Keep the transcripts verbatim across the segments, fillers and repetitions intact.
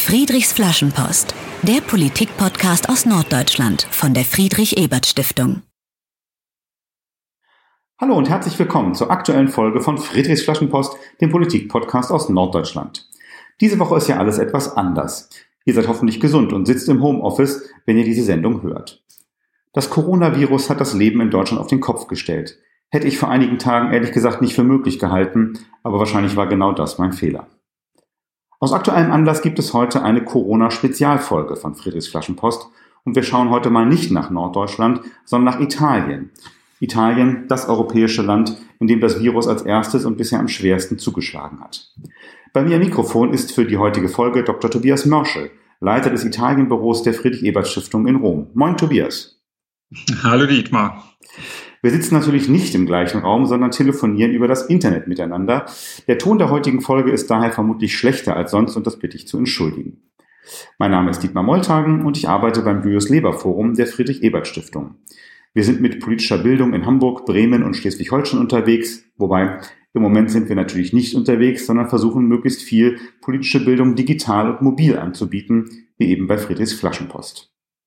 Friedrichs Flaschenpost, der Politik-Podcast aus Norddeutschland von der Friedrich-Ebert-Stiftung. Hallo und herzlich willkommen zur aktuellen Folge von Friedrichs Flaschenpost, dem Politik-Podcast aus Norddeutschland. Diese Woche ist ja alles etwas anders. Ihr seid hoffentlich gesund und sitzt im Homeoffice, wenn ihr diese Sendung hört. Das Coronavirus hat das Leben in Deutschland auf den Kopf gestellt. Hätte ich vor einigen Tagen ehrlich gesagt nicht für möglich gehalten, aber wahrscheinlich war genau das mein Fehler. Aus aktuellem Anlass gibt es heute eine Corona-Spezialfolge von Friedrichs Flaschenpost und wir schauen heute mal nicht nach Norddeutschland, sondern nach Italien. Italien, das europäische Land, in dem das Virus als erstes und bisher am schwersten zugeschlagen hat. Bei mir am Mikrofon ist für die heutige Folge Doktor Tobias Mörschel, Leiter des Italienbüros der Friedrich-Ebert-Stiftung in Rom. Moin Tobias. Hallo Dietmar. Wir sitzen natürlich nicht im gleichen Raum, sondern telefonieren über das Internet miteinander. Der Ton der heutigen Folge ist daher vermutlich schlechter als sonst und das bitte ich zu entschuldigen. Mein Name ist Dietmar Molthagen und ich arbeite beim Julius-Leber-Forum der Friedrich-Ebert-Stiftung. Wir sind mit politischer Bildung in Hamburg, Bremen und Schleswig-Holstein unterwegs, wobei im Moment sind wir natürlich nicht unterwegs, sondern versuchen möglichst viel politische Bildung digital und mobil anzubieten, wie eben bei Friedrichs Flaschenpost.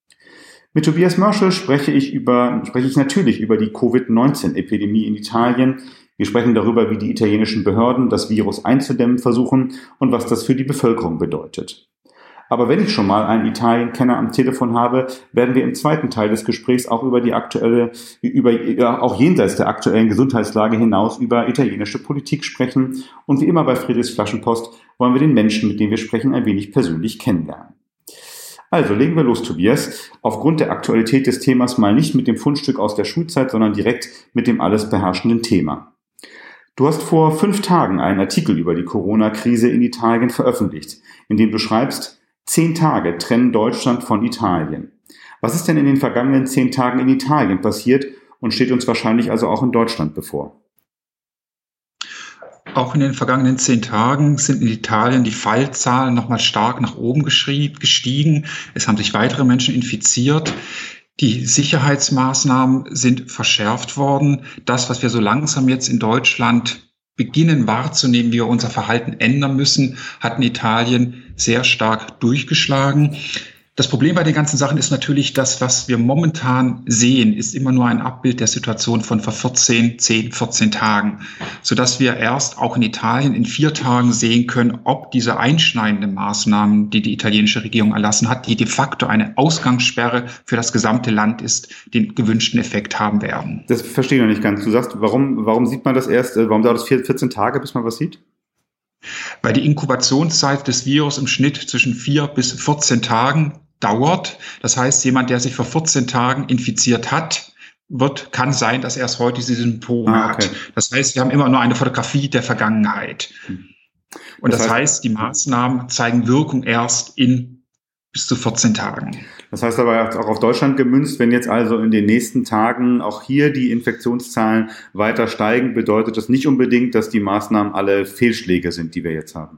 Mit Tobias Mörschel spreche ich über, spreche ich natürlich über die Covid neunzehn Epidemie in Italien. Wir sprechen darüber, wie die italienischen Behörden das Virus einzudämmen versuchen und was das für die Bevölkerung bedeutet. Aber wenn ich schon mal einen Italien-Kenner am Telefon habe, werden wir im zweiten Teil des Gesprächs auch über die aktuelle, über, ja, auch jenseits der aktuellen Gesundheitslage hinaus über italienische Politik sprechen. Und wie immer bei Friedrichs Flaschenpost wollen wir den Menschen, mit denen wir sprechen, ein wenig persönlich kennenlernen. Also legen wir los, Tobias. Aufgrund der Aktualität des Themas mal nicht mit dem Fundstück aus der Schulzeit, sondern direkt mit dem alles beherrschenden Thema. Du hast vor fünf Tagen einen Artikel über die Corona-Krise in Italien veröffentlicht, in dem du schreibst, zehn Tage trennen Deutschland von Italien. Was ist denn in den vergangenen zehn Tagen in Italien passiert und steht uns wahrscheinlich also auch in Deutschland bevor? Auch in den vergangenen zehn Tagen sind in Italien die Fallzahlen nochmal stark nach oben gestiegen. Es haben sich weitere Menschen infiziert. Die Sicherheitsmaßnahmen sind verschärft worden. Das, was wir so langsam jetzt in Deutschland beginnen wahrzunehmen, wie wir unser Verhalten ändern müssen, hat in Italien sehr stark durchgeschlagen. Das Problem bei den ganzen Sachen ist natürlich, das, was wir momentan sehen, ist immer nur ein Abbild der Situation von vor vierzehn, zehn, vierzehn Tagen, sodass wir erst auch in Italien in vier Tagen sehen können, ob diese einschneidenden Maßnahmen, die die italienische Regierung erlassen hat, die de facto eine Ausgangssperre für das gesamte Land ist, den gewünschten Effekt haben werden. Das verstehe ich noch nicht ganz. Du sagst, warum, warum sieht man das erst, warum dauert es vierzehn Tage, bis man was sieht? Weil die Inkubationszeit des Virus im Schnitt zwischen vier bis vierzehn Tagen dauert. Das heißt, jemand, der sich vor vierzehn Tagen infiziert hat, wird, kann sein, dass er erst heute diese Symptome ah, okay. hat. Das heißt, wir haben immer nur eine Fotografie der Vergangenheit. Und das, das heißt, heißt, die Maßnahmen zeigen Wirkung erst in bis zu vierzehn Tagen. Das heißt aber auch auf Deutschland gemünzt, wenn jetzt also in den nächsten Tagen auch hier die Infektionszahlen weiter steigen, bedeutet das nicht unbedingt, dass die Maßnahmen alle Fehlschläge sind, die wir jetzt haben.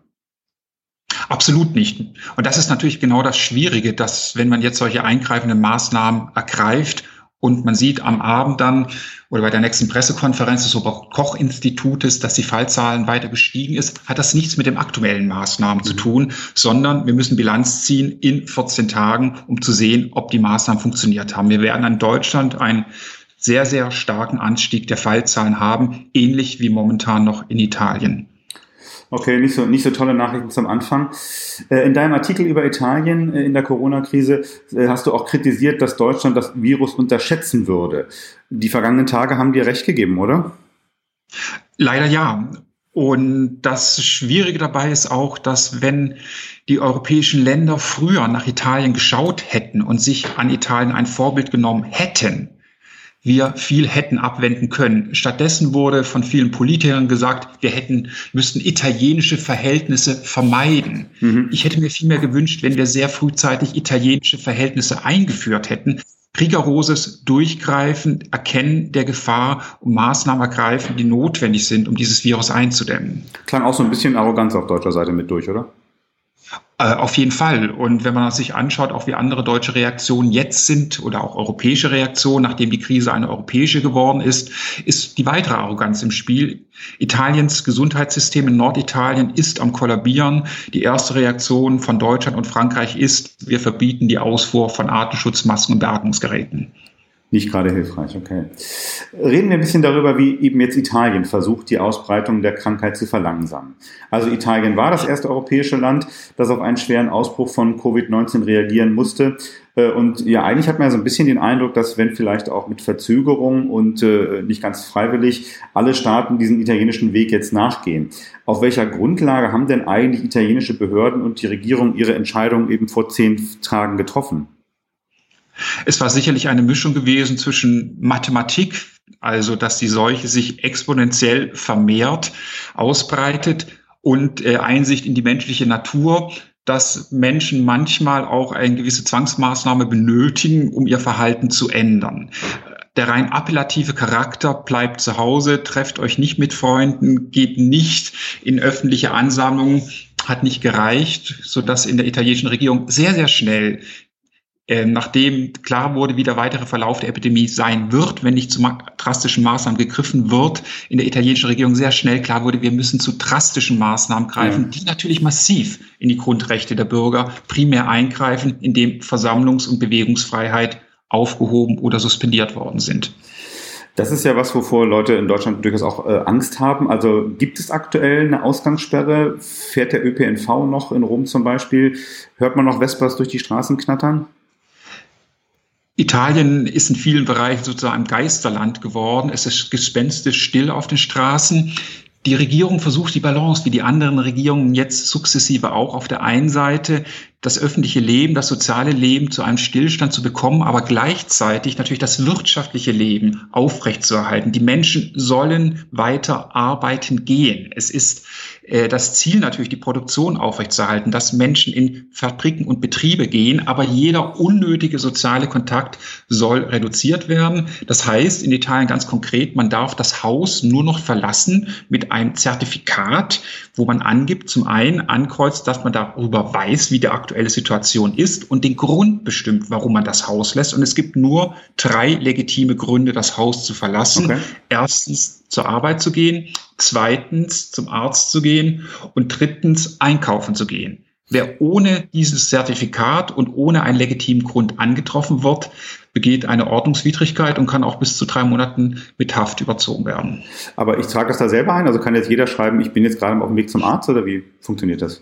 Absolut nicht. Und das ist natürlich genau das Schwierige, dass wenn man jetzt solche eingreifenden Maßnahmen ergreift und man sieht am Abend dann oder bei der nächsten Pressekonferenz des Robert-Koch-Institutes, dass die Fallzahlen weiter gestiegen ist, hat das nichts mit den aktuellen Maßnahmen zu tun, sondern wir müssen Bilanz ziehen in vierzehn Tagen, um zu sehen, ob die Maßnahmen funktioniert haben. Wir werden in Deutschland einen sehr, sehr starken Anstieg der Fallzahlen haben, ähnlich wie momentan noch in Italien. Okay, nicht so, nicht so tolle Nachrichten zum Anfang. In deinem Artikel über Italien in der Corona-Krise hast du auch kritisiert, dass Deutschland das Virus unterschätzen würde. Die vergangenen Tage haben dir recht gegeben, oder? Leider ja. Und das Schwierige dabei ist auch, dass wenn die europäischen Länder früher nach Italien geschaut hätten und sich an Italien ein Vorbild genommen hätten, wir viel hätten abwenden können. Stattdessen wurde von vielen Politikern gesagt, wir hätten, müssten italienische Verhältnisse vermeiden. Mhm. Ich hätte mir viel mehr gewünscht, wenn wir sehr frühzeitig italienische Verhältnisse eingeführt hätten. Rigoroses Durchgreifen, Erkennen der Gefahr und Maßnahmen ergreifen, die notwendig sind, um dieses Virus einzudämmen. Klang auch so ein bisschen Arroganz auf deutscher Seite mit durch, oder? Auf jeden Fall. Und wenn man sich anschaut, auch wie andere deutsche Reaktionen jetzt sind oder auch europäische Reaktionen, nachdem die Krise eine europäische geworden ist, ist die weitere Arroganz im Spiel. Italiens Gesundheitssystem in Norditalien ist am Kollabieren. Die erste Reaktion von Deutschland und Frankreich ist, wir verbieten die Ausfuhr von Atemschutzmasken und Beatmungsgeräten. Nicht gerade hilfreich, okay. Reden wir ein bisschen darüber, wie eben jetzt Italien versucht, die Ausbreitung der Krankheit zu verlangsamen. Also Italien war das erste europäische Land, das auf einen schweren Ausbruch von Covid neunzehn reagieren musste. Und ja, eigentlich hat man ja so ein bisschen den Eindruck, dass wenn vielleicht auch mit Verzögerung und äh, nicht ganz freiwillig alle Staaten diesen italienischen Weg jetzt nachgehen. Auf welcher Grundlage haben denn eigentlich italienische Behörden und die Regierung ihre Entscheidung eben vor zehn Tagen getroffen? Es war sicherlich eine Mischung gewesen zwischen Mathematik, also dass die Seuche sich exponentiell vermehrt, ausbreitet, und äh, Einsicht in die menschliche Natur, dass Menschen manchmal auch eine gewisse Zwangsmaßnahme benötigen, um ihr Verhalten zu ändern. Der rein appellative Charakter bleibt zu Hause, trefft euch nicht mit Freunden, geht nicht in öffentliche Ansammlungen, hat nicht gereicht, sodass in der italienischen Regierung sehr, sehr schnell, Ähm, nachdem klar wurde, wie der weitere Verlauf der Epidemie sein wird, wenn nicht zu ma- drastischen Maßnahmen gegriffen wird, in der italienischen Regierung sehr schnell klar wurde, wir müssen zu drastischen Maßnahmen greifen, ja, die natürlich massiv in die Grundrechte der Bürger primär eingreifen, indem Versammlungs- und Bewegungsfreiheit aufgehoben oder suspendiert worden sind. Das ist ja was, wovor Leute in Deutschland durchaus auch äh, Angst haben. Also gibt es aktuell eine Ausgangssperre? Fährt der Ö P N V noch in Rom zum Beispiel? Hört man noch Vespas durch die Straßen knattern? Italien ist in vielen Bereichen sozusagen ein Geisterland geworden. Es ist gespenstisch still auf den Straßen. Die Regierung versucht die Balance, wie die anderen Regierungen jetzt sukzessive auch, auf der einen Seite das öffentliche Leben, das soziale Leben zu einem Stillstand zu bekommen, aber gleichzeitig natürlich das wirtschaftliche Leben aufrechtzuerhalten. Die Menschen sollen weiter arbeiten gehen. Es ist äh, das Ziel natürlich, die Produktion aufrechtzuerhalten, dass Menschen in Fabriken und Betriebe gehen, aber jeder unnötige soziale Kontakt soll reduziert werden. Das heißt in Italien ganz konkret, man darf das Haus nur noch verlassen mit einem Zertifikat, wo man angibt, zum einen ankreuzt, dass man darüber weiß, wie der aktuelle Situation ist und den Grund bestimmt, warum man das Haus lässt. Und es gibt nur drei legitime Gründe, das Haus zu verlassen. Okay. Erstens, zur Arbeit zu gehen, zweitens, zum Arzt zu gehen und drittens, einkaufen zu gehen. Wer ohne dieses Zertifikat und ohne einen legitimen Grund angetroffen wird, begeht eine Ordnungswidrigkeit und kann auch bis zu drei Monaten mit Haft überzogen werden. Aber ich trage das da selber ein? Also kann jetzt jeder schreiben, ich bin jetzt gerade auf dem Weg zum Arzt, oder wie funktioniert das?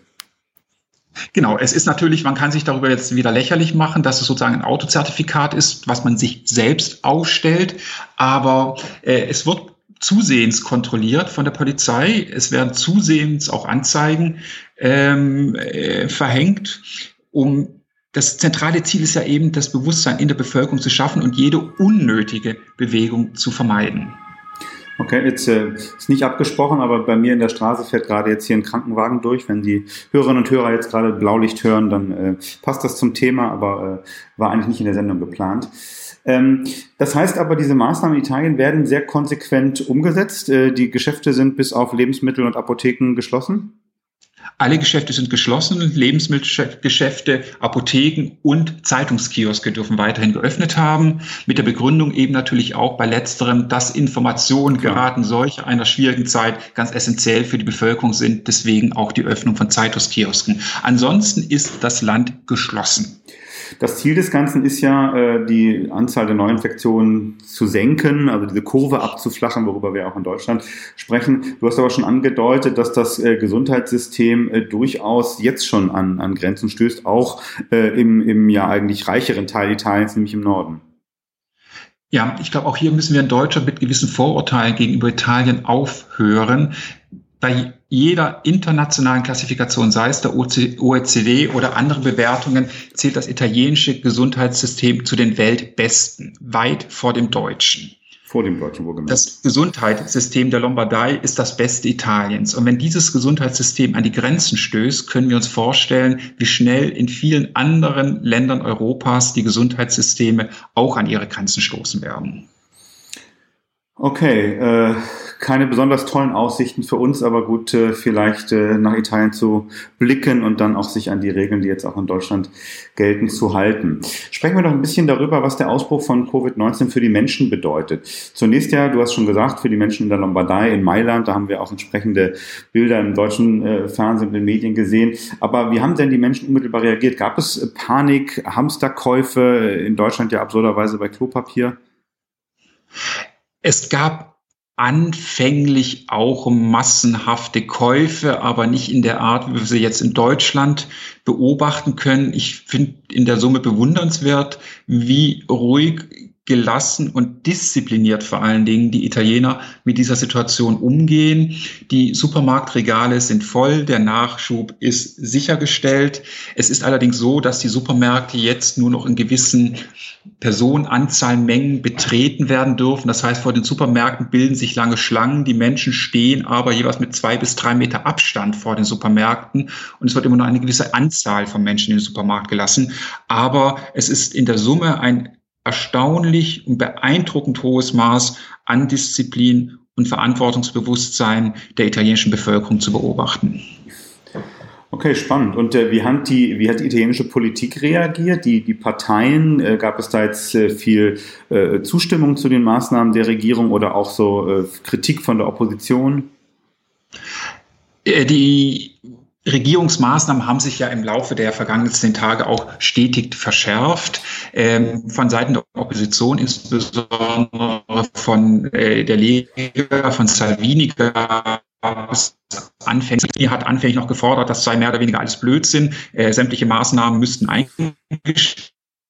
Genau, es ist natürlich, man kann sich darüber jetzt wieder lächerlich machen, dass es sozusagen ein Autozertifikat ist, was man sich selbst ausstellt, aber äh, es wird zusehends kontrolliert von der Polizei. Es werden zusehends auch Anzeigen ähm, äh, verhängt, um das zentrale Ziel ist ja eben, das Bewusstsein in der Bevölkerung zu schaffen und jede unnötige Bewegung zu vermeiden. Okay, jetzt äh, ist nicht abgesprochen, aber bei mir in der Straße fährt gerade jetzt hier ein Krankenwagen durch. Wenn die Hörerinnen und Hörer jetzt gerade Blaulicht hören, dann äh, passt das zum Thema, aber äh, war eigentlich nicht in der Sendung geplant. Ähm, das heißt aber, diese Maßnahmen in Italien werden sehr konsequent umgesetzt. Äh, die Geschäfte sind bis auf Lebensmittel und Apotheken geschlossen? Alle Geschäfte sind geschlossen, Lebensmittelgeschäfte, Apotheken und Zeitungskioske dürfen weiterhin geöffnet haben, mit der Begründung eben natürlich auch bei letzterem, dass Informationen gerade in solch einer schwierigen Zeit ganz essentiell für die Bevölkerung sind, deswegen auch die Öffnung von Zeitungskiosken. Ansonsten ist das Land geschlossen. Das Ziel des Ganzen ist ja, äh, die Anzahl der Neuinfektionen zu senken, also diese Kurve abzuflachen, worüber wir auch in Deutschland sprechen. Du hast aber schon angedeutet, dass das äh, Gesundheitssystem äh, durchaus jetzt schon an, an Grenzen stößt, auch äh, im, im ja eigentlich reicheren Teil Italiens, nämlich im Norden. Ja, ich glaube, auch hier müssen wir in Deutschland mit gewissen Vorurteilen gegenüber Italien aufhören. Bei jeder internationalen Klassifikation, sei es der O E C D oder andere Bewertungen, zählt das italienische Gesundheitssystem zu den Weltbesten, weit vor dem deutschen. Vor dem deutschen, wohlgemerkt. Das Gesundheitssystem der Lombardei ist das beste Italiens. Und wenn dieses Gesundheitssystem an die Grenzen stößt, können wir uns vorstellen, wie schnell in vielen anderen Ländern Europas die Gesundheitssysteme auch an ihre Grenzen stoßen werden. Okay, äh, keine besonders tollen Aussichten für uns, aber gut, äh, vielleicht äh, nach Italien zu blicken und dann auch sich an die Regeln, die jetzt auch in Deutschland gelten, zu halten. Sprechen wir doch ein bisschen darüber, was der Ausbruch von Covid neunzehn für die Menschen bedeutet. Zunächst ja, du hast schon gesagt, für die Menschen in der Lombardei, in Mailand, da haben wir auch entsprechende Bilder im deutschen äh, Fernsehen und in den Medien gesehen. Aber wie haben denn die Menschen unmittelbar reagiert? Gab es Panik, Hamsterkäufe, in Deutschland ja absurderweise bei Klopapier? Es gab anfänglich auch massenhafte Käufe, aber nicht in der Art, wie wir sie jetzt in Deutschland beobachten können. Ich finde in der Summe bewundernswert, wie ruhig, gelassen und diszipliniert vor allen Dingen die Italiener mit dieser Situation umgehen. Die Supermarktregale sind voll, der Nachschub ist sichergestellt. Es ist allerdings so, dass die Supermärkte jetzt nur noch in gewissen Personenanzahlmengen betreten werden dürfen. Das heißt, vor den Supermärkten bilden sich lange Schlangen. Die Menschen stehen aber jeweils mit zwei bis drei Meter Abstand vor den Supermärkten. Und es wird immer nur eine gewisse Anzahl von Menschen in den Supermarkt gelassen. Aber es ist in der Summe ein erstaunlich und beeindruckend hohes Maß an Disziplin und Verantwortungsbewusstsein der italienischen Bevölkerung zu beobachten. Okay, spannend. Und äh, wie, hat die, wie hat die italienische Politik reagiert? Die, die Parteien, äh, gab es da jetzt äh, viel äh, Zustimmung zu den Maßnahmen der Regierung oder auch so äh, Kritik von der Opposition? Äh, die Regierungsmaßnahmen haben sich ja im Laufe der vergangenen zehn Tage auch stetig verschärft. Ähm, von Seiten der Opposition, insbesondere von äh, der Lega, von Salvini, gab es anfänglich, die hat anfänglich noch gefordert, das sei mehr oder weniger alles Blödsinn. Äh, sämtliche Maßnahmen müssten eingestellt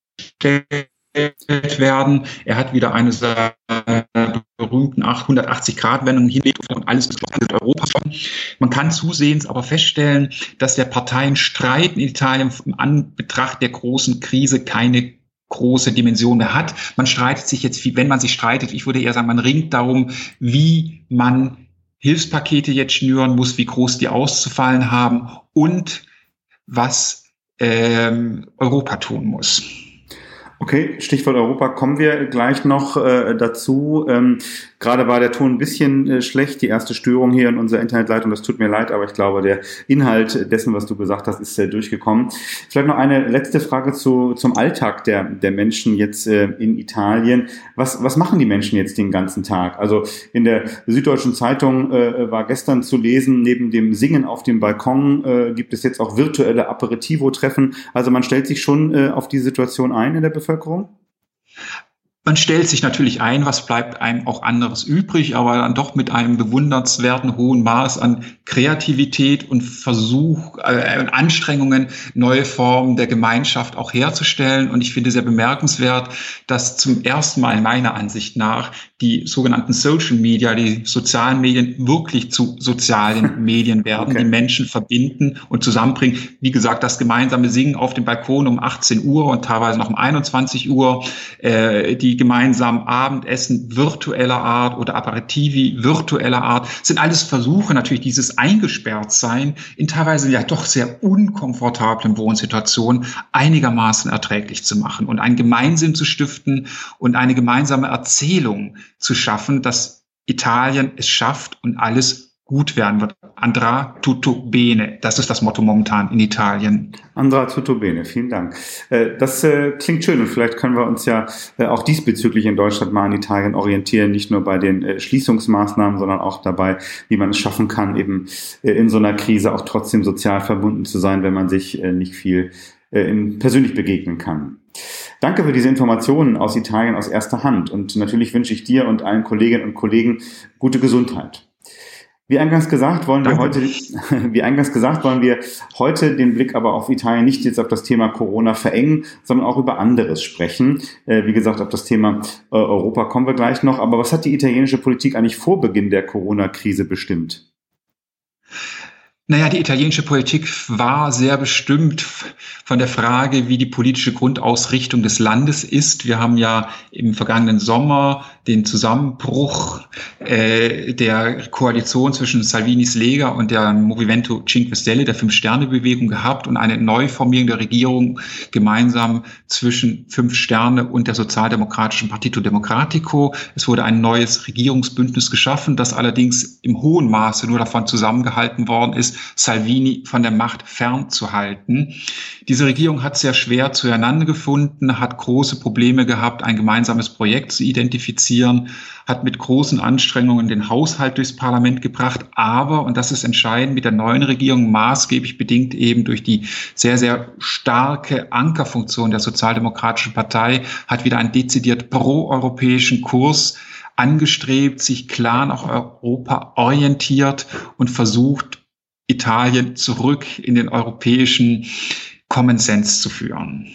werden. Er hat wieder eine seiner berühmten hundertachtzig-Grad-Wendungen hinlegt und alles mit Europa. Man kann zusehends aber feststellen, dass der Parteienstreit in Italien im Anbetracht der großen Krise keine große Dimension mehr hat. Man streitet sich jetzt, wenn man sich streitet, ich würde eher sagen, man ringt darum, wie man Hilfspakete jetzt schnüren muss, wie groß die auszufallen haben und was ähm, Europa tun muss. Okay, Stichwort Europa kommen wir gleich noch äh, dazu. Ähm, gerade war der Ton ein bisschen äh, schlecht, die erste Störung hier in unserer Internetleitung, das tut mir leid, aber ich glaube, der Inhalt dessen, was du gesagt hast, ist äh, durchgekommen. Vielleicht noch eine letzte Frage zu, zum Alltag der, der Menschen jetzt äh, in Italien. Was, was machen die Menschen jetzt den ganzen Tag? Also in der Süddeutschen Zeitung äh, war gestern zu lesen, neben dem Singen auf dem Balkon äh, gibt es jetzt auch virtuelle Aperitivo-Treffen. Also man stellt sich schon äh, auf die Situation ein in der Bevölkerung? Man stellt sich natürlich ein, was bleibt einem auch anderes übrig, aber dann doch mit einem bewundernswerten hohen Maß an Kreativität und Versuch, äh, Anstrengungen, neue Formen der Gemeinschaft auch herzustellen. Und ich finde sehr bemerkenswert, dass zum ersten Mal meiner Ansicht nach die sogenannten Social Media, die sozialen Medien wirklich zu sozialen Medien werden, okay, die Menschen verbinden und zusammenbringen. Wie gesagt, das gemeinsame Singen auf dem Balkon um achtzehn Uhr und teilweise noch um einundzwanzig Uhr, äh, die gemeinsamen Abendessen virtueller Art oder Aperitivi virtueller Art, sind alles Versuche, natürlich dieses Eingesperrtsein in teilweise ja doch sehr unkomfortablen Wohnsituationen einigermaßen erträglich zu machen und einen Gemeinsinn zu stiften und eine gemeinsame Erzählung zu schaffen, dass Italien es schafft und alles gut werden wird. Andrà tutto bene. Das ist das Motto momentan in Italien. Andrà tutto bene. Vielen Dank. Das klingt schön und vielleicht können wir uns ja auch diesbezüglich in Deutschland mal an Italien orientieren, nicht nur bei den Schließungsmaßnahmen, sondern auch dabei, wie man es schaffen kann, eben in so einer Krise auch trotzdem sozial verbunden zu sein, wenn man sich nicht viel persönlich begegnen kann. Danke für diese Informationen aus Italien aus erster Hand und natürlich wünsche ich dir und allen Kolleginnen und Kollegen gute Gesundheit. Wie eingangs gesagt, wollen wir Danke. heute, wie eingangs gesagt, wollen wir heute den Blick aber auf Italien nicht jetzt auf das Thema Corona verengen, sondern auch über anderes sprechen. Wie gesagt, auf das Thema Europa kommen wir gleich noch. Aber was hat die italienische Politik eigentlich vor Beginn der Corona-Krise bestimmt? Naja, die italienische Politik war sehr bestimmt von der Frage, wie die politische Grundausrichtung des Landes ist. Wir haben ja im vergangenen Sommer den Zusammenbruch äh, der Koalition zwischen Salvinis Lega und der Movimento Cinque Stelle, der Fünf-Sterne-Bewegung, gehabt und eine Neuformierung der Regierung gemeinsam zwischen Fünf Sterne und der sozialdemokratischen Partito Democratico. Es wurde ein neues Regierungsbündnis geschaffen, das allerdings im hohen Maße nur davon zusammengehalten worden ist, Salvini von der Macht fernzuhalten. Diese Regierung hat sehr schwer zueinander gefunden, hat große Probleme gehabt, ein gemeinsames Projekt zu identifizieren, hat mit großen Anstrengungen den Haushalt durchs Parlament gebracht, aber, und das ist entscheidend, mit der neuen Regierung maßgeblich bedingt eben durch die sehr, sehr starke Ankerfunktion der Sozialdemokratischen Partei, hat wieder einen dezidiert proeuropäischen Kurs angestrebt, sich klar nach Europa orientiert und versucht, Italien zurück in den europäischen Common Sense zu führen.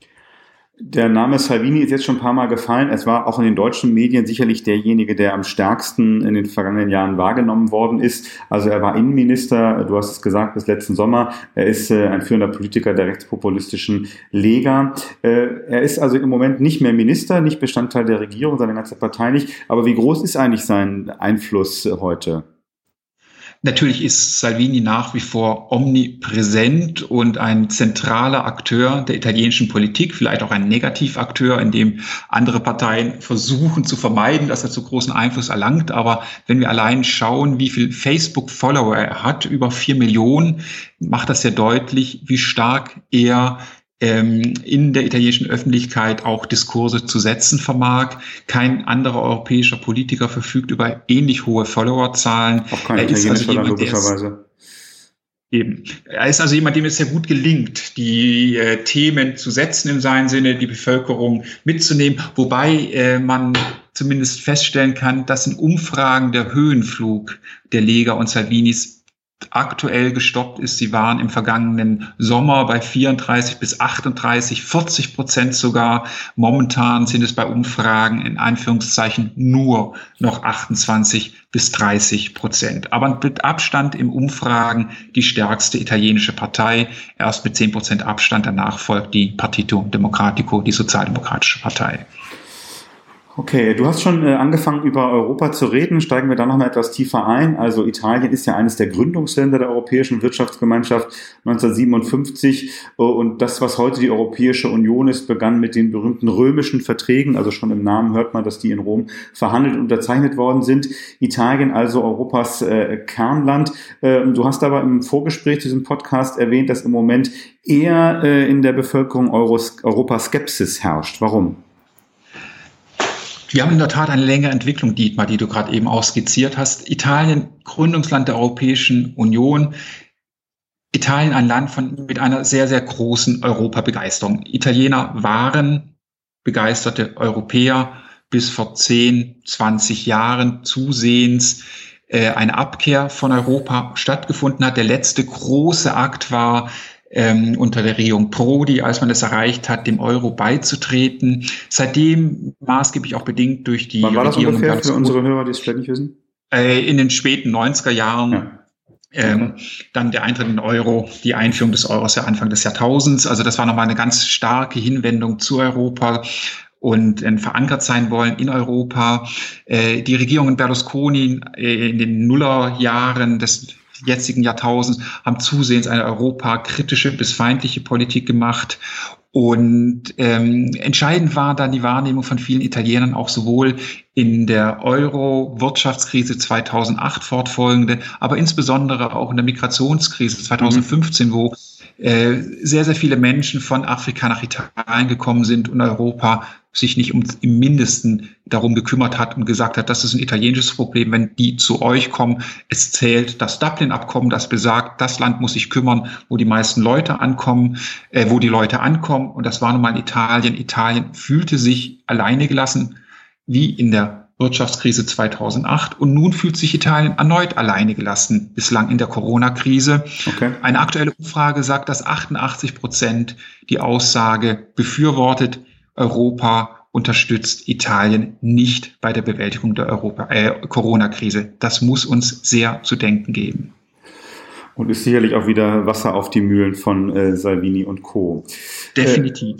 Der Name Salvini ist jetzt schon ein paar Mal gefallen. Es war auch in den deutschen Medien sicherlich derjenige, der am stärksten in den vergangenen Jahren wahrgenommen worden ist. Also er war Innenminister, du hast es gesagt, bis letzten Sommer. Er ist äh, ein führender Politiker der rechtspopulistischen Lega. Äh, er ist also im Moment nicht mehr Minister, nicht Bestandteil der Regierung, seine ganze Partei nicht. Aber wie groß ist eigentlich sein Einfluss äh, heute? Natürlich ist Salvini nach wie vor omnipräsent und ein zentraler Akteur der italienischen Politik, vielleicht auch ein Negativakteur, in dem andere Parteien versuchen zu vermeiden, dass er zu großen Einfluss erlangt. Aber wenn wir allein schauen, wie viel Facebook-Follower er hat, über vier Millionen, macht das ja deutlich, wie stark er in der italienischen Öffentlichkeit auch Diskurse zu setzen vermag. Kein anderer europäischer Politiker verfügt über ähnlich hohe Followerzahlen. Auch kein italienischer, also logischerweise. Eben. Er ist also jemand, dem es sehr gut gelingt, die äh, Themen zu setzen in seinem Sinne, die Bevölkerung mitzunehmen, wobei äh, man zumindest feststellen kann, dass in Umfragen der Höhenflug der Lega und Salvinis aktuell gestoppt ist. Sie waren im vergangenen Sommer bei vierunddreißig bis achtunddreißig, vierzig Prozent sogar. Momentan sind es bei Umfragen in Anführungszeichen nur noch achtundzwanzig bis dreißig Prozent. Aber mit Abstand im Umfragen die stärkste italienische Partei. Erst mit zehn Prozent Abstand. Danach folgt die Partito Democratico, die sozialdemokratische Partei. Okay, du hast schon äh, angefangen, über Europa zu reden. Steigen wir da noch mal etwas tiefer ein. Also Italien ist ja eines der Gründungsländer der Europäischen Wirtschaftsgemeinschaft neunzehnhundertsiebenundfünfzig. Und das, was heute die Europäische Union ist, begann mit den berühmten römischen Verträgen. Also schon im Namen hört man, dass die in Rom verhandelt und unterzeichnet worden sind. Italien also Europas äh, Kernland. Äh, du hast aber im Vorgespräch zu diesem Podcast erwähnt, dass im Moment eher äh, in der Bevölkerung Euros, Europaskepsis herrscht. Warum? Wir haben in der Tat eine längere Entwicklung, Dietmar, die du gerade eben auch skizziert hast. Italien, Gründungsland der Europäischen Union. Italien, ein Land von, mit einer sehr, sehr großen Europabegeisterung. Italiener waren begeisterte Europäer bis vor zehn, zwanzig Jahren zusehends äh, eine Abkehr von Europa stattgefunden hat. Der letzte große Akt war, Ähm, unter der Regierung Prodi, als man es erreicht hat, dem Euro beizutreten. Seitdem maßgeblich auch bedingt durch die Wann war das Regierung ungefähr für unsere Hörer, die es vielleicht nicht wissen? Äh, in den späten neunziger Jahren. Ja. Ähm, dann der Eintritt in den Euro, die Einführung des Euros ja Anfang des Jahrtausends. Also das war nochmal eine ganz starke Hinwendung zu Europa und äh, verankert sein wollen in Europa. Äh, die Regierungen Berlusconi äh, in den Nullerjahren des jetzigen Jahrtausends haben zusehends eine europakritische bis feindliche Politik gemacht. Und ähm, entscheidend war dann die Wahrnehmung von vielen Italienern auch sowohl in der Euro-Wirtschaftskrise zweitausendacht fortfolgende, aber insbesondere auch in der Migrationskrise zweitausendfünfzehn, mhm. wo äh, sehr, sehr viele Menschen von Afrika nach Italien gekommen sind und Europa sich nicht um, im Mindesten darum gekümmert hat und gesagt hat, das ist ein italienisches Problem, wenn die zu euch kommen. Es zählt das Dublin-Abkommen, das besagt, das Land muss sich kümmern, wo die meisten Leute ankommen, äh, wo die Leute ankommen. Und das war nun mal Italien. Italien fühlte sich alleine gelassen, wie in der Wirtschaftskrise zweitausendacht. Und nun fühlt sich Italien erneut alleine gelassen, bislang in der Corona-Krise. Okay. Eine aktuelle Umfrage sagt, dass achtundachtzig Prozent die Aussage befürwortet, Europa unterstützt Italien nicht bei der Bewältigung der Europa, äh, Corona-Krise. Das muss uns sehr zu denken geben. Und ist sicherlich auch wieder Wasser auf die Mühlen von äh, Salvini und Co. Definitiv. Äh,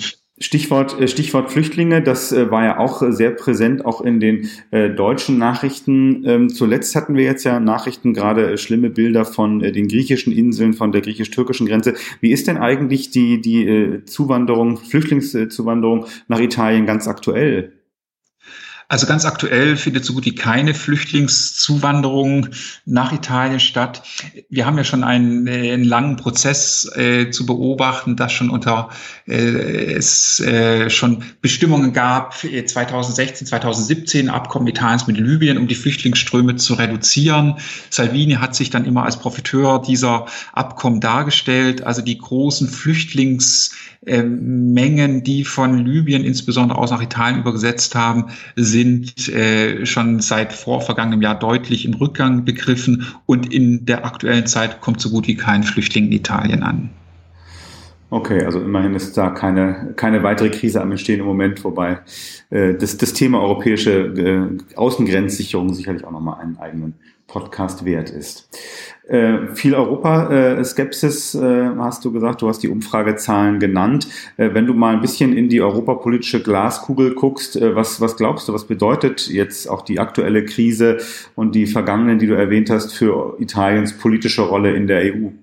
Stichwort, Stichwort Flüchtlinge, das war ja auch sehr präsent, auch in den äh, deutschen Nachrichten. Ähm, zuletzt hatten wir jetzt ja Nachrichten, gerade schlimme Bilder von äh, den griechischen Inseln, von der griechisch-türkischen Grenze. Wie ist denn eigentlich die, die äh, Zuwanderung, Flüchtlingszuwanderung nach Italien ganz aktuell? Also ganz aktuell findet so gut wie keine Flüchtlingszuwanderung nach Italien statt. Wir haben ja schon einen, einen langen Prozess äh, zu beobachten, dass schon unter äh, es äh, schon Bestimmungen gab, zweitausendsechzehn, zweitausendsiebzehn Abkommen Italiens mit Libyen, um die Flüchtlingsströme zu reduzieren. Salvini hat sich dann immer als Profiteur dieser Abkommen dargestellt. Also die großen Flüchtlingsmengen, die von Libyen insbesondere aus nach Italien übergesetzt haben, sind äh, schon seit vor vergangenem Jahr deutlich im Rückgang begriffen und in der aktuellen Zeit kommt so gut wie kein Flüchtling in Italien an. Okay, also immerhin ist da keine keine weitere Krise am Entstehen im Moment, wobei äh, das, das Thema europäische äh, Außengrenzsicherung sicherlich auch nochmal einen eigenen Podcast wert ist. Äh, viel Europa-Skepsis äh, hast du gesagt, du hast die Umfragezahlen genannt. Äh, wenn du mal ein bisschen in die europapolitische Glaskugel guckst, äh, was, was glaubst du, was bedeutet jetzt auch die aktuelle Krise und die vergangenen, die du erwähnt hast, für Italiens politische Rolle in der E U?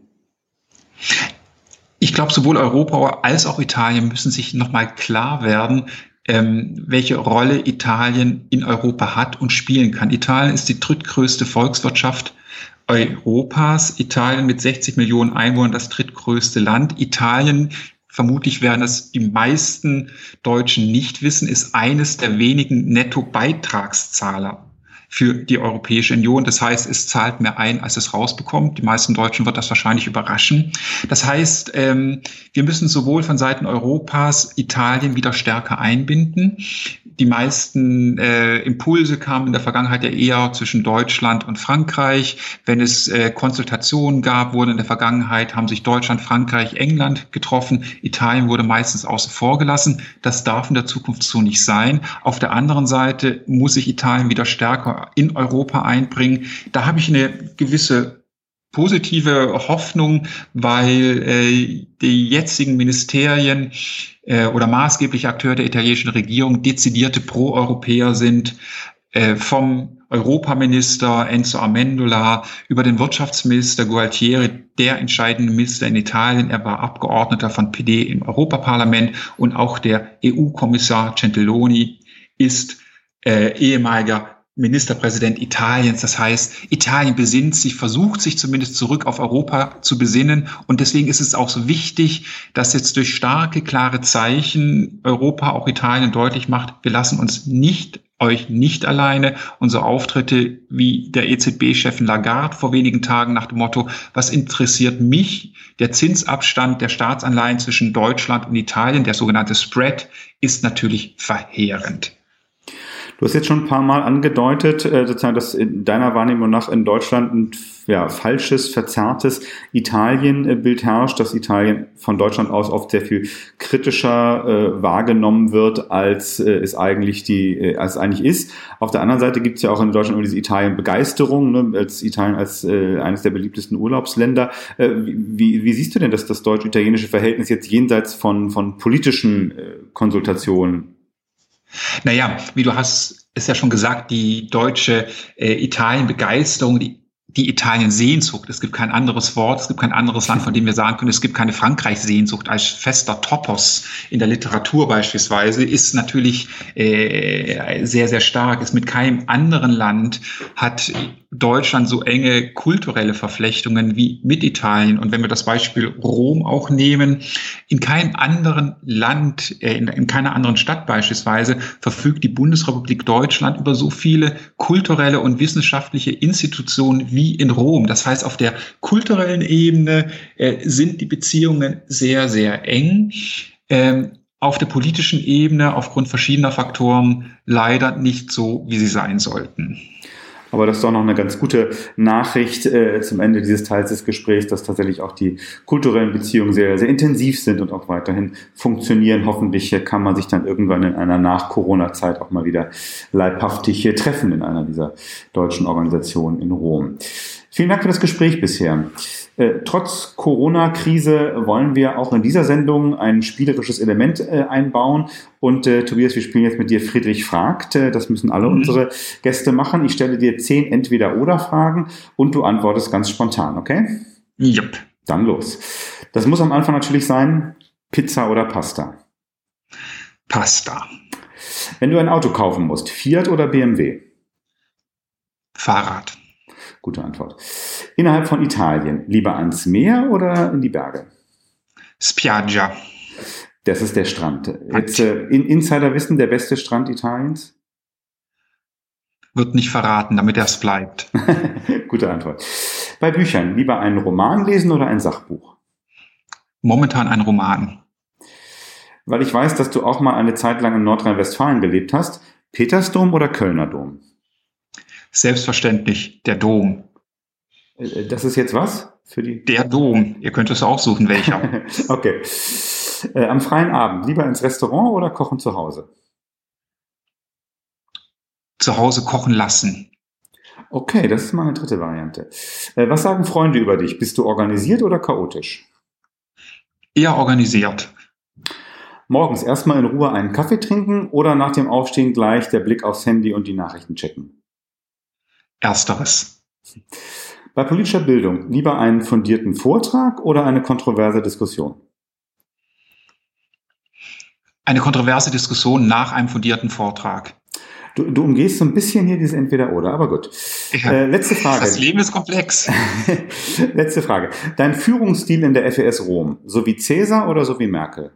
Ich glaube, sowohl Europa als auch Italien müssen sich nochmal klar werden, ähm, welche Rolle Italien in Europa hat und spielen kann. Italien ist die drittgrößte Volkswirtschaft Europas. Italien mit sechzig Millionen Einwohnern das drittgrößte Land. Italien, vermutlich werden das die meisten Deutschen nicht wissen, ist eines der wenigen Nettobeitragszahler für die Europäische Union. Das heißt, es zahlt mehr ein, als es rausbekommt. Die meisten Deutschen wird das wahrscheinlich überraschen. Das heißt, ähm, wir müssen sowohl von Seiten Europas Italien wieder stärker einbinden. Die meisten äh, Impulse kamen in der Vergangenheit ja eher zwischen Deutschland und Frankreich. Wenn es äh, Konsultationen gab, wurden in der Vergangenheit, haben sich Deutschland, Frankreich, England getroffen. Italien wurde meistens außen vor gelassen. Das darf in der Zukunft so nicht sein. Auf der anderen Seite muss sich Italien wieder stärker in Europa einbringen. Da habe ich eine gewisse positive Hoffnung, weil äh, die jetzigen Ministerien äh, oder maßgebliche Akteure der italienischen Regierung dezidierte Pro-Europäer sind, äh, vom Europaminister Enzo Amendola über den Wirtschaftsminister Gualtieri, der entscheidende Minister in Italien. Er war Abgeordneter von P D im Europaparlament und auch der E U-Kommissar Gentiloni ist äh, ehemaliger Ministerpräsident Italiens. Das heißt, Italien besinnt sich, versucht sich zumindest zurück auf Europa zu besinnen. Und deswegen ist es auch so wichtig, dass jetzt durch starke, klare Zeichen Europa, auch Italien deutlich macht, wir lassen uns nicht, euch nicht alleine. Unsere Auftritte wie der E Z B-Chefin Lagarde vor wenigen Tagen nach dem Motto, was interessiert mich? Der Zinsabstand der Staatsanleihen zwischen Deutschland und Italien, der sogenannte Spread, ist natürlich verheerend. Du hast jetzt schon ein paar Mal angedeutet, äh, sozusagen, dass in deiner Wahrnehmung nach in Deutschland ein ja, falsches, verzerrtes Italien-Bild herrscht, dass Italien von Deutschland aus oft sehr viel kritischer äh, wahrgenommen wird, als äh, es eigentlich die, äh, als es eigentlich ist. Auf der anderen Seite gibt es ja auch in Deutschland immer diese Italien-Begeisterung, ne, als Italien als äh, eines der beliebtesten Urlaubsländer. Äh, wie, wie siehst du denn das, das deutsch-italienische Verhältnis jetzt jenseits von, von politischen äh, Konsultationen? Naja, wie du hast es ja schon gesagt, die deutsche äh, Italien-Begeisterung, die, die Italien-Sehnsucht, es gibt kein anderes Wort, es gibt kein anderes Land, von dem wir sagen können, es gibt keine Frankreich-Sehnsucht als fester Topos in der Literatur beispielsweise, ist natürlich äh, sehr, sehr stark. Ist mit keinem anderen Land hat Deutschland so enge kulturelle Verflechtungen wie mit Italien. Und wenn wir das Beispiel Rom auch nehmen, in keinem anderen Land, äh, in, in keiner anderen Stadt beispielsweise, verfügt die Bundesrepublik Deutschland über so viele kulturelle und wissenschaftliche Institutionen wie in Rom. Das heißt, auf der kulturellen Ebene äh, sind die Beziehungen sehr, sehr eng. Ähm, auf der politischen Ebene aufgrund verschiedener Faktoren leider nicht so, wie sie sein sollten. Aber das ist doch noch eine ganz gute Nachricht äh, zum Ende dieses Teils des Gesprächs, dass tatsächlich auch die kulturellen Beziehungen sehr, sehr intensiv sind und auch weiterhin funktionieren. Hoffentlich kann man sich dann irgendwann in einer Nach-Corona-Zeit auch mal wieder leibhaftig treffen in einer dieser deutschen Organisationen in Rom. Vielen Dank für das Gespräch bisher. Äh, trotz Corona-Krise wollen wir auch in dieser Sendung ein spielerisches Element äh, einbauen. Und äh, Tobias, wir spielen jetzt mit dir Friedrich fragt. Äh, das müssen alle mhm. unsere Gäste machen. Ich stelle dir zehn Entweder-Oder-Fragen und du antwortest ganz spontan, okay? Jupp. Dann los. Das muss am Anfang natürlich sein, Pizza oder Pasta? Pasta. Wenn du ein Auto kaufen musst, Fiat oder B M W? Fahrrad. Gute Antwort. Innerhalb von Italien, lieber ans Meer oder in die Berge? Spiaggia. Das ist der Strand. Jetzt äh, in Insiderwissen, der beste Strand Italiens? Wird nicht verraten, damit er es bleibt. Gute Antwort. Bei Büchern, lieber einen Roman lesen oder ein Sachbuch? Momentan ein Roman. Weil ich weiß, dass du auch mal eine Zeit lang in Nordrhein-Westfalen gelebt hast. Petersdom oder Kölner Dom? Selbstverständlich, der Dom. Das ist jetzt was? Für die? Der Dom. Ihr könnt es aussuchen, welcher. Okay. Äh, am freien Abend, lieber ins Restaurant oder kochen zu Hause? Zu Hause kochen lassen. Okay, das ist mal eine dritte Variante. Äh, was sagen Freunde über dich? Bist du organisiert oder chaotisch? Eher organisiert. Morgens erstmal in Ruhe einen Kaffee trinken oder nach dem Aufstehen gleich der Blick aufs Handy und die Nachrichten checken? Ersteres. Bei politischer Bildung lieber einen fundierten Vortrag oder eine kontroverse Diskussion? Eine kontroverse Diskussion nach einem fundierten Vortrag. Du, du umgehst so ein bisschen hier dieses Entweder-Oder, aber gut. Ja, äh, letzte Frage. Das Leben ist komplex. Letzte Frage. Dein Führungsstil in der F E S Rom, so wie Cäsar oder so wie Merkel?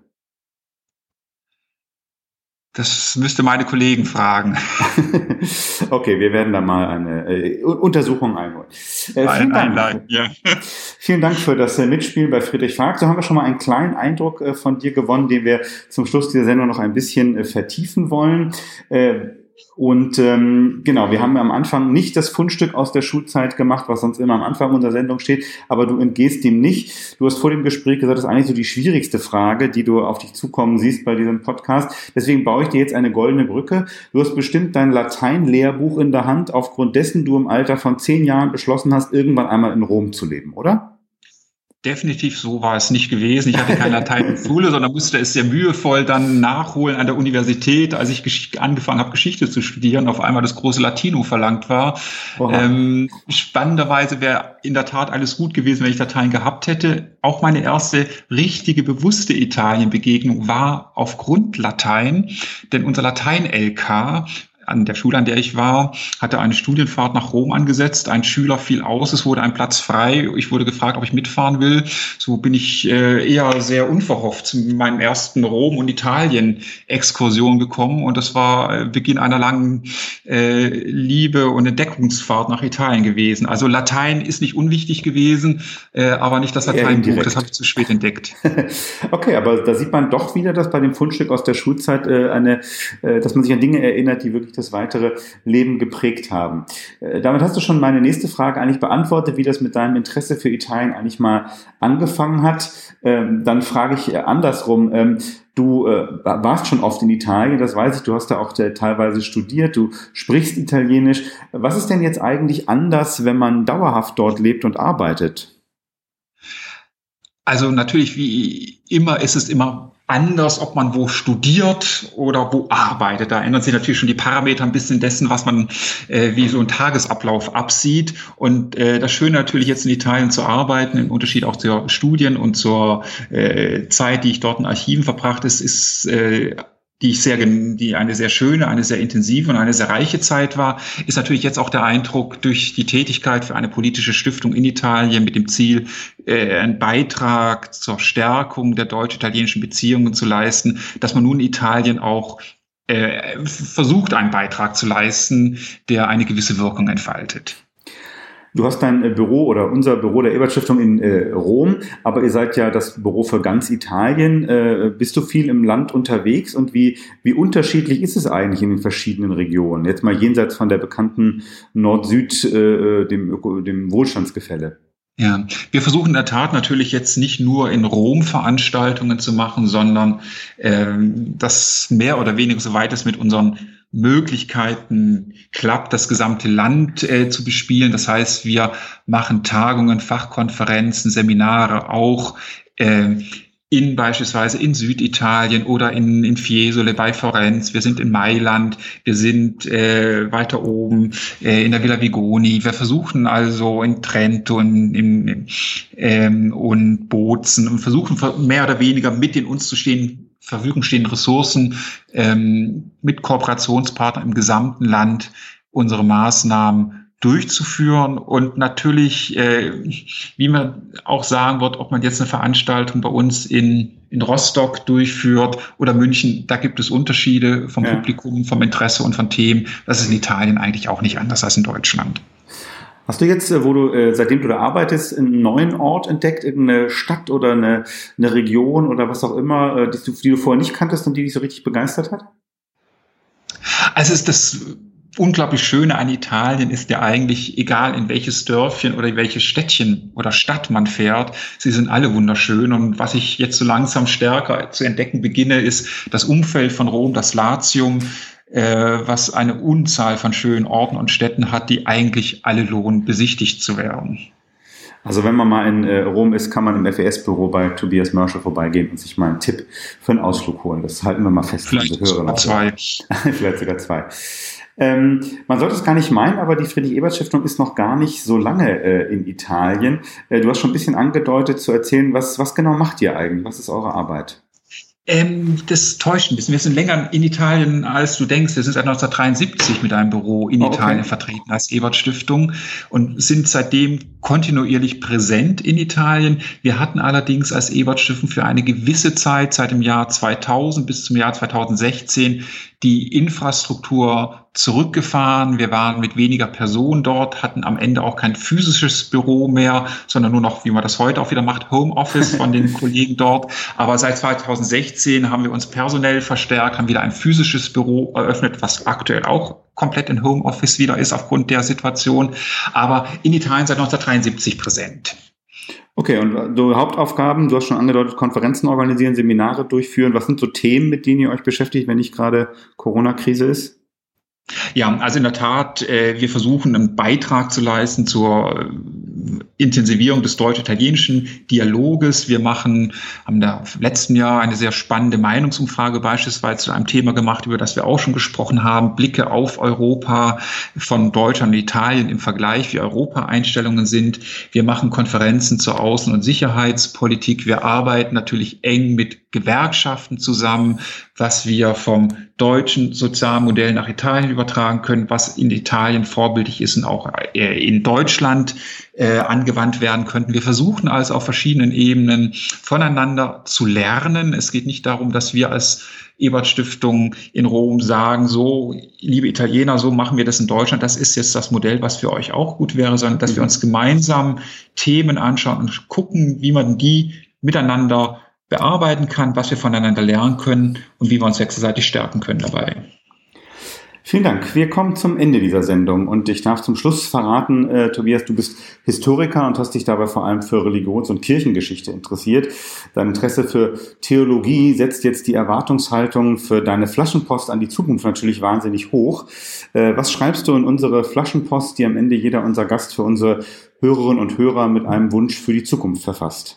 Das müsste meine Kollegen fragen. Okay, wir werden da mal eine äh, Untersuchung einholen. Äh, vielen, Dank. Nein, ja. Vielen Dank für das äh, Mitspielen bei Friedrich fragt. So haben wir schon mal einen kleinen Eindruck äh, von dir gewonnen, den wir zum Schluss dieser Sendung noch ein bisschen äh, vertiefen wollen. Äh, Und ähm, genau, wir haben am Anfang nicht das Fundstück aus der Schulzeit gemacht, was sonst immer am Anfang unserer Sendung steht, aber du entgehst dem nicht. Du hast vor dem Gespräch gesagt, das ist eigentlich so die schwierigste Frage, die du auf dich zukommen siehst bei diesem Podcast. Deswegen baue ich dir jetzt eine goldene Brücke. Du hast bestimmt dein Latein-Lehrbuch in der Hand, aufgrund dessen du im Alter von zehn Jahren beschlossen hast, irgendwann einmal in Rom zu leben, oder? Definitiv so war es nicht gewesen. Ich hatte kein Latein in Schule, sondern musste es sehr mühevoll dann nachholen an der Universität, als ich gesch- angefangen habe, Geschichte zu studieren, auf einmal das große Latino verlangt war. Ähm, spannenderweise wäre in der Tat alles gut gewesen, wenn ich Latein gehabt hätte. Auch meine erste richtige, bewusste Italien-Begegnung war aufgrund Latein, denn unser Latein-L K an der Schule, an der ich war, hatte eine Studienfahrt nach Rom angesetzt. Ein Schüler fiel aus, es wurde ein Platz frei. Ich wurde gefragt, ob ich mitfahren will. So bin ich äh, eher sehr unverhofft zu meinem ersten Rom- und Italien-Exkursion gekommen. Und das war Beginn einer langen äh, Liebe- und Entdeckungsfahrt nach Italien gewesen. Also Latein ist nicht unwichtig gewesen, äh, aber nicht das Lateinbuch. Das habe ich zu spät entdeckt. Okay, aber da sieht man doch wieder, dass bei dem Fundstück aus der Schulzeit äh, eine, äh, dass man sich an Dinge erinnert, die wirklich das weitere Leben geprägt haben. Äh, damit hast du schon meine nächste Frage eigentlich beantwortet, wie das mit deinem Interesse für Italien eigentlich mal angefangen hat. Ähm, dann frage ich äh, andersrum. Ähm, du äh, warst schon oft in Italien, das weiß ich, du hast da auch äh, teilweise studiert, du sprichst Italienisch. Was ist denn jetzt eigentlich anders, wenn man dauerhaft dort lebt und arbeitet? Also natürlich, wie immer, ist es immer anders, ob man wo studiert oder wo arbeitet. Da ändern sich natürlich schon die Parameter ein bisschen dessen, was man, äh, wie so ein Tagesablauf absieht. Und äh, das Schöne natürlich jetzt in Italien zu arbeiten, im Unterschied auch zur Studien und zur äh, Zeit, die ich dort in Archiven verbracht ist, ist äh, die ich sehr, die eine sehr schöne, eine sehr intensive und eine sehr reiche Zeit war, ist natürlich jetzt auch der Eindruck durch die Tätigkeit für eine politische Stiftung in Italien mit dem Ziel, äh, einen Beitrag zur Stärkung der deutsch-italienischen Beziehungen zu leisten, dass man nun in Italien auch äh, versucht, einen Beitrag zu leisten, der eine gewisse Wirkung entfaltet. Du hast dein Büro oder unser Büro der Ebert-Stiftung in äh, Rom, aber ihr seid ja das Büro für ganz Italien. Äh, bist du viel im Land unterwegs und wie, wie unterschiedlich ist es eigentlich in den verschiedenen Regionen? Jetzt mal jenseits von der bekannten Nord-Süd, äh, dem, dem Wohlstandsgefälle. Ja, wir versuchen in der Tat natürlich jetzt nicht nur in Rom Veranstaltungen zu machen, sondern äh, das mehr oder weniger so weit es mit unseren Möglichkeiten klappt, das gesamte Land äh, zu bespielen. Das heißt, wir machen Tagungen, Fachkonferenzen, Seminare auch äh, in beispielsweise in Süditalien oder in, in Fiesole bei Florenz. Wir sind in Mailand, wir sind äh, weiter oben äh, in der Villa Vigoni. Wir versuchen also in Trento in, in, in, ähm, und Bozen und versuchen mehr oder weniger mit den uns zu stehenden Verfügung stehenden Ressourcen ähm, mit Kooperationspartnern im gesamten Land unsere Maßnahmen durchzuführen. Und natürlich, äh, wie man auch sagen wird, ob man jetzt eine Veranstaltung bei uns in, in Rostock durchführt oder München, da gibt es Unterschiede vom ja. Publikum, vom Interesse und von Themen. Das ist in Italien eigentlich auch nicht anders als in Deutschland. Hast du jetzt, wo du, seitdem du da arbeitest, einen neuen Ort entdeckt, irgendeine Stadt oder eine, eine Region oder was auch immer, die du, die du vorher nicht kanntest und die dich so richtig begeistert hat? Also ist das unglaublich Schöne an Italien ist ja eigentlich, egal in welches Dörfchen oder in welches Städtchen oder Stadt man fährt, sie sind alle wunderschön. Und was ich jetzt so langsam stärker zu entdecken beginne, ist das Umfeld von Rom, das Latium, was eine Unzahl von schönen Orten und Städten hat, die eigentlich alle lohnen, besichtigt zu werden. Also wenn man mal in äh, Rom ist, kann man im F E S-Büro bei Tobias Mörschel vorbeigehen und sich mal einen Tipp für einen Ausflug holen. Das halten wir mal fest. Vielleicht sogar zwei. Vielleicht sogar zwei. Ähm, man sollte es gar nicht meinen, aber die Friedrich-Ebert-Stiftung ist noch gar nicht so lange äh, in Italien. Äh, du hast schon ein bisschen angedeutet zu erzählen, was, was genau macht ihr eigentlich? Was ist eure Arbeit? Ähm, das täuscht ein bisschen. Wir sind länger in Italien, als du denkst. Wir sind seit neunzehnhundertdreiundsiebzig mit einem Büro in okay. Italien vertreten als Ebert-Stiftung und sind seitdem kontinuierlich präsent in Italien. Wir hatten allerdings als Ebert-Stiftung für eine gewisse Zeit, seit dem Jahr zweitausend bis zum Jahr zweitausendsechzehn, die Infrastruktur zurückgefahren. Wir waren mit weniger Personen dort, hatten am Ende auch kein physisches Büro mehr, sondern nur noch, wie man das heute auch wieder macht, Homeoffice von den Kollegen dort. Aber seit zweitausendsechzehn haben wir uns personell verstärkt, haben wieder ein physisches Büro eröffnet, was aktuell auch komplett in Homeoffice wieder ist aufgrund der Situation. Aber in Italien seit neunzehnhundertdreiundsiebzig präsent. Okay, und so Hauptaufgaben, du hast schon angedeutet, Konferenzen organisieren, Seminare durchführen. Was sind so Themen, mit denen ihr euch beschäftigt, wenn nicht gerade Corona-Krise ist? Ja, also in der Tat, äh, wir versuchen einen Beitrag zu leisten zur äh, Intensivierung des deutsch-italienischen Dialoges. Wir machen, haben da im letzten Jahr eine sehr spannende Meinungsumfrage beispielsweise zu einem Thema gemacht, über das wir auch schon gesprochen haben, Blicke auf Europa von Deutschland und Italien im Vergleich, wie Europa-Einstellungen sind. Wir machen Konferenzen zur Außen- und Sicherheitspolitik. Wir arbeiten natürlich eng mit Gewerkschaften zusammen, was wir vom deutschen Sozialmodell nach Italien übertragen können, was in Italien vorbildlich ist und auch in Deutschland äh, angewandt werden könnten. Wir versuchen also auf verschiedenen Ebenen voneinander zu lernen. Es geht nicht darum, dass wir als Ebert-Stiftung in Rom sagen, so, liebe Italiener, so machen wir das in Deutschland. Das ist jetzt das Modell, was für euch auch gut wäre, sondern dass wir uns gemeinsam Themen anschauen und gucken, wie man die miteinander bearbeiten kann, was wir voneinander lernen können und wie wir uns wechselseitig stärken können dabei. Vielen Dank. Wir kommen zum Ende dieser Sendung und ich darf zum Schluss verraten, äh, Tobias, du bist Historiker und hast dich dabei vor allem für Religions- und Kirchengeschichte interessiert. Dein Interesse für Theologie setzt jetzt die Erwartungshaltung für deine Flaschenpost an die Zukunft natürlich wahnsinnig hoch. Äh, was schreibst du in unsere Flaschenpost, die am Ende jeder unser Gast für unsere Hörerinnen und Hörer mit einem Wunsch für die Zukunft verfasst?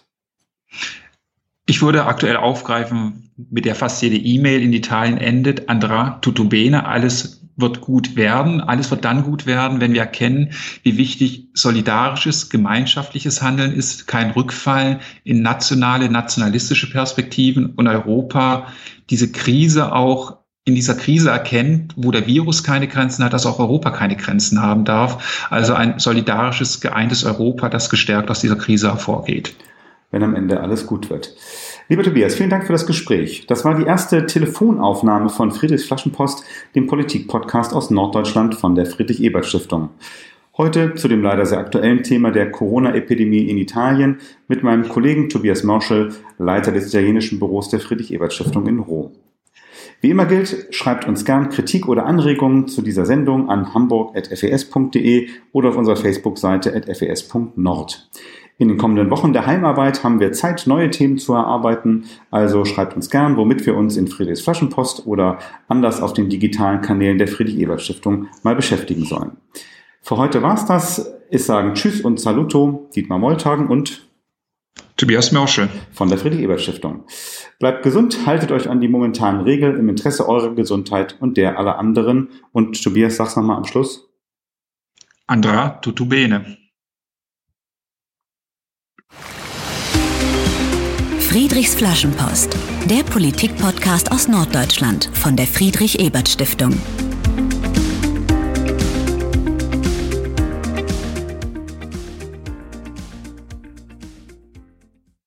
Ich würde aktuell aufgreifen, mit der fast jede E-Mail in Italien endet, Andrà tutto bene, alles wird gut werden. Alles wird dann gut werden, wenn wir erkennen, wie wichtig solidarisches, gemeinschaftliches Handeln ist, kein Rückfall in nationale, nationalistische Perspektiven und Europa diese Krise auch in dieser Krise erkennt, wo der Virus keine Grenzen hat, dass auch Europa keine Grenzen haben darf. Also ein solidarisches, geeintes Europa, das gestärkt aus dieser Krise hervorgeht. Wenn am Ende alles gut wird. Lieber Tobias, vielen Dank für das Gespräch. Das war die erste Telefonaufnahme von Friedrichs Flaschenpost, dem Politik-Podcast aus Norddeutschland von der Friedrich-Ebert-Stiftung. Heute zu dem leider sehr aktuellen Thema der Corona-Epidemie in Italien mit meinem Kollegen Tobias Mörschel, Leiter des italienischen Büros der Friedrich-Ebert-Stiftung in Rom. Wie immer gilt, schreibt uns gern Kritik oder Anregungen zu dieser Sendung an hamburg at f e s punkt d e oder auf unserer Facebook-Seite at f e s punkt nord. In den kommenden Wochen der Heimarbeit haben wir Zeit, neue Themen zu erarbeiten. Also schreibt uns gern, womit wir uns in Friedrichs Flaschenpost oder anders auf den digitalen Kanälen der Friedrich-Ebert-Stiftung mal beschäftigen sollen. Für heute war's das. Ich sage Tschüss und Saluto, Dietmar Molthagen und Tobias Mörschel von der Friedrich-Ebert-Stiftung. Bleibt gesund, haltet euch an die momentanen Regeln im Interesse eurer Gesundheit und der aller anderen. Und Tobias, sag's nochmal am Schluss. Andra tutto bene. Friedrichs Flaschenpost, der Politik-Podcast aus Norddeutschland von der Friedrich-Ebert-Stiftung.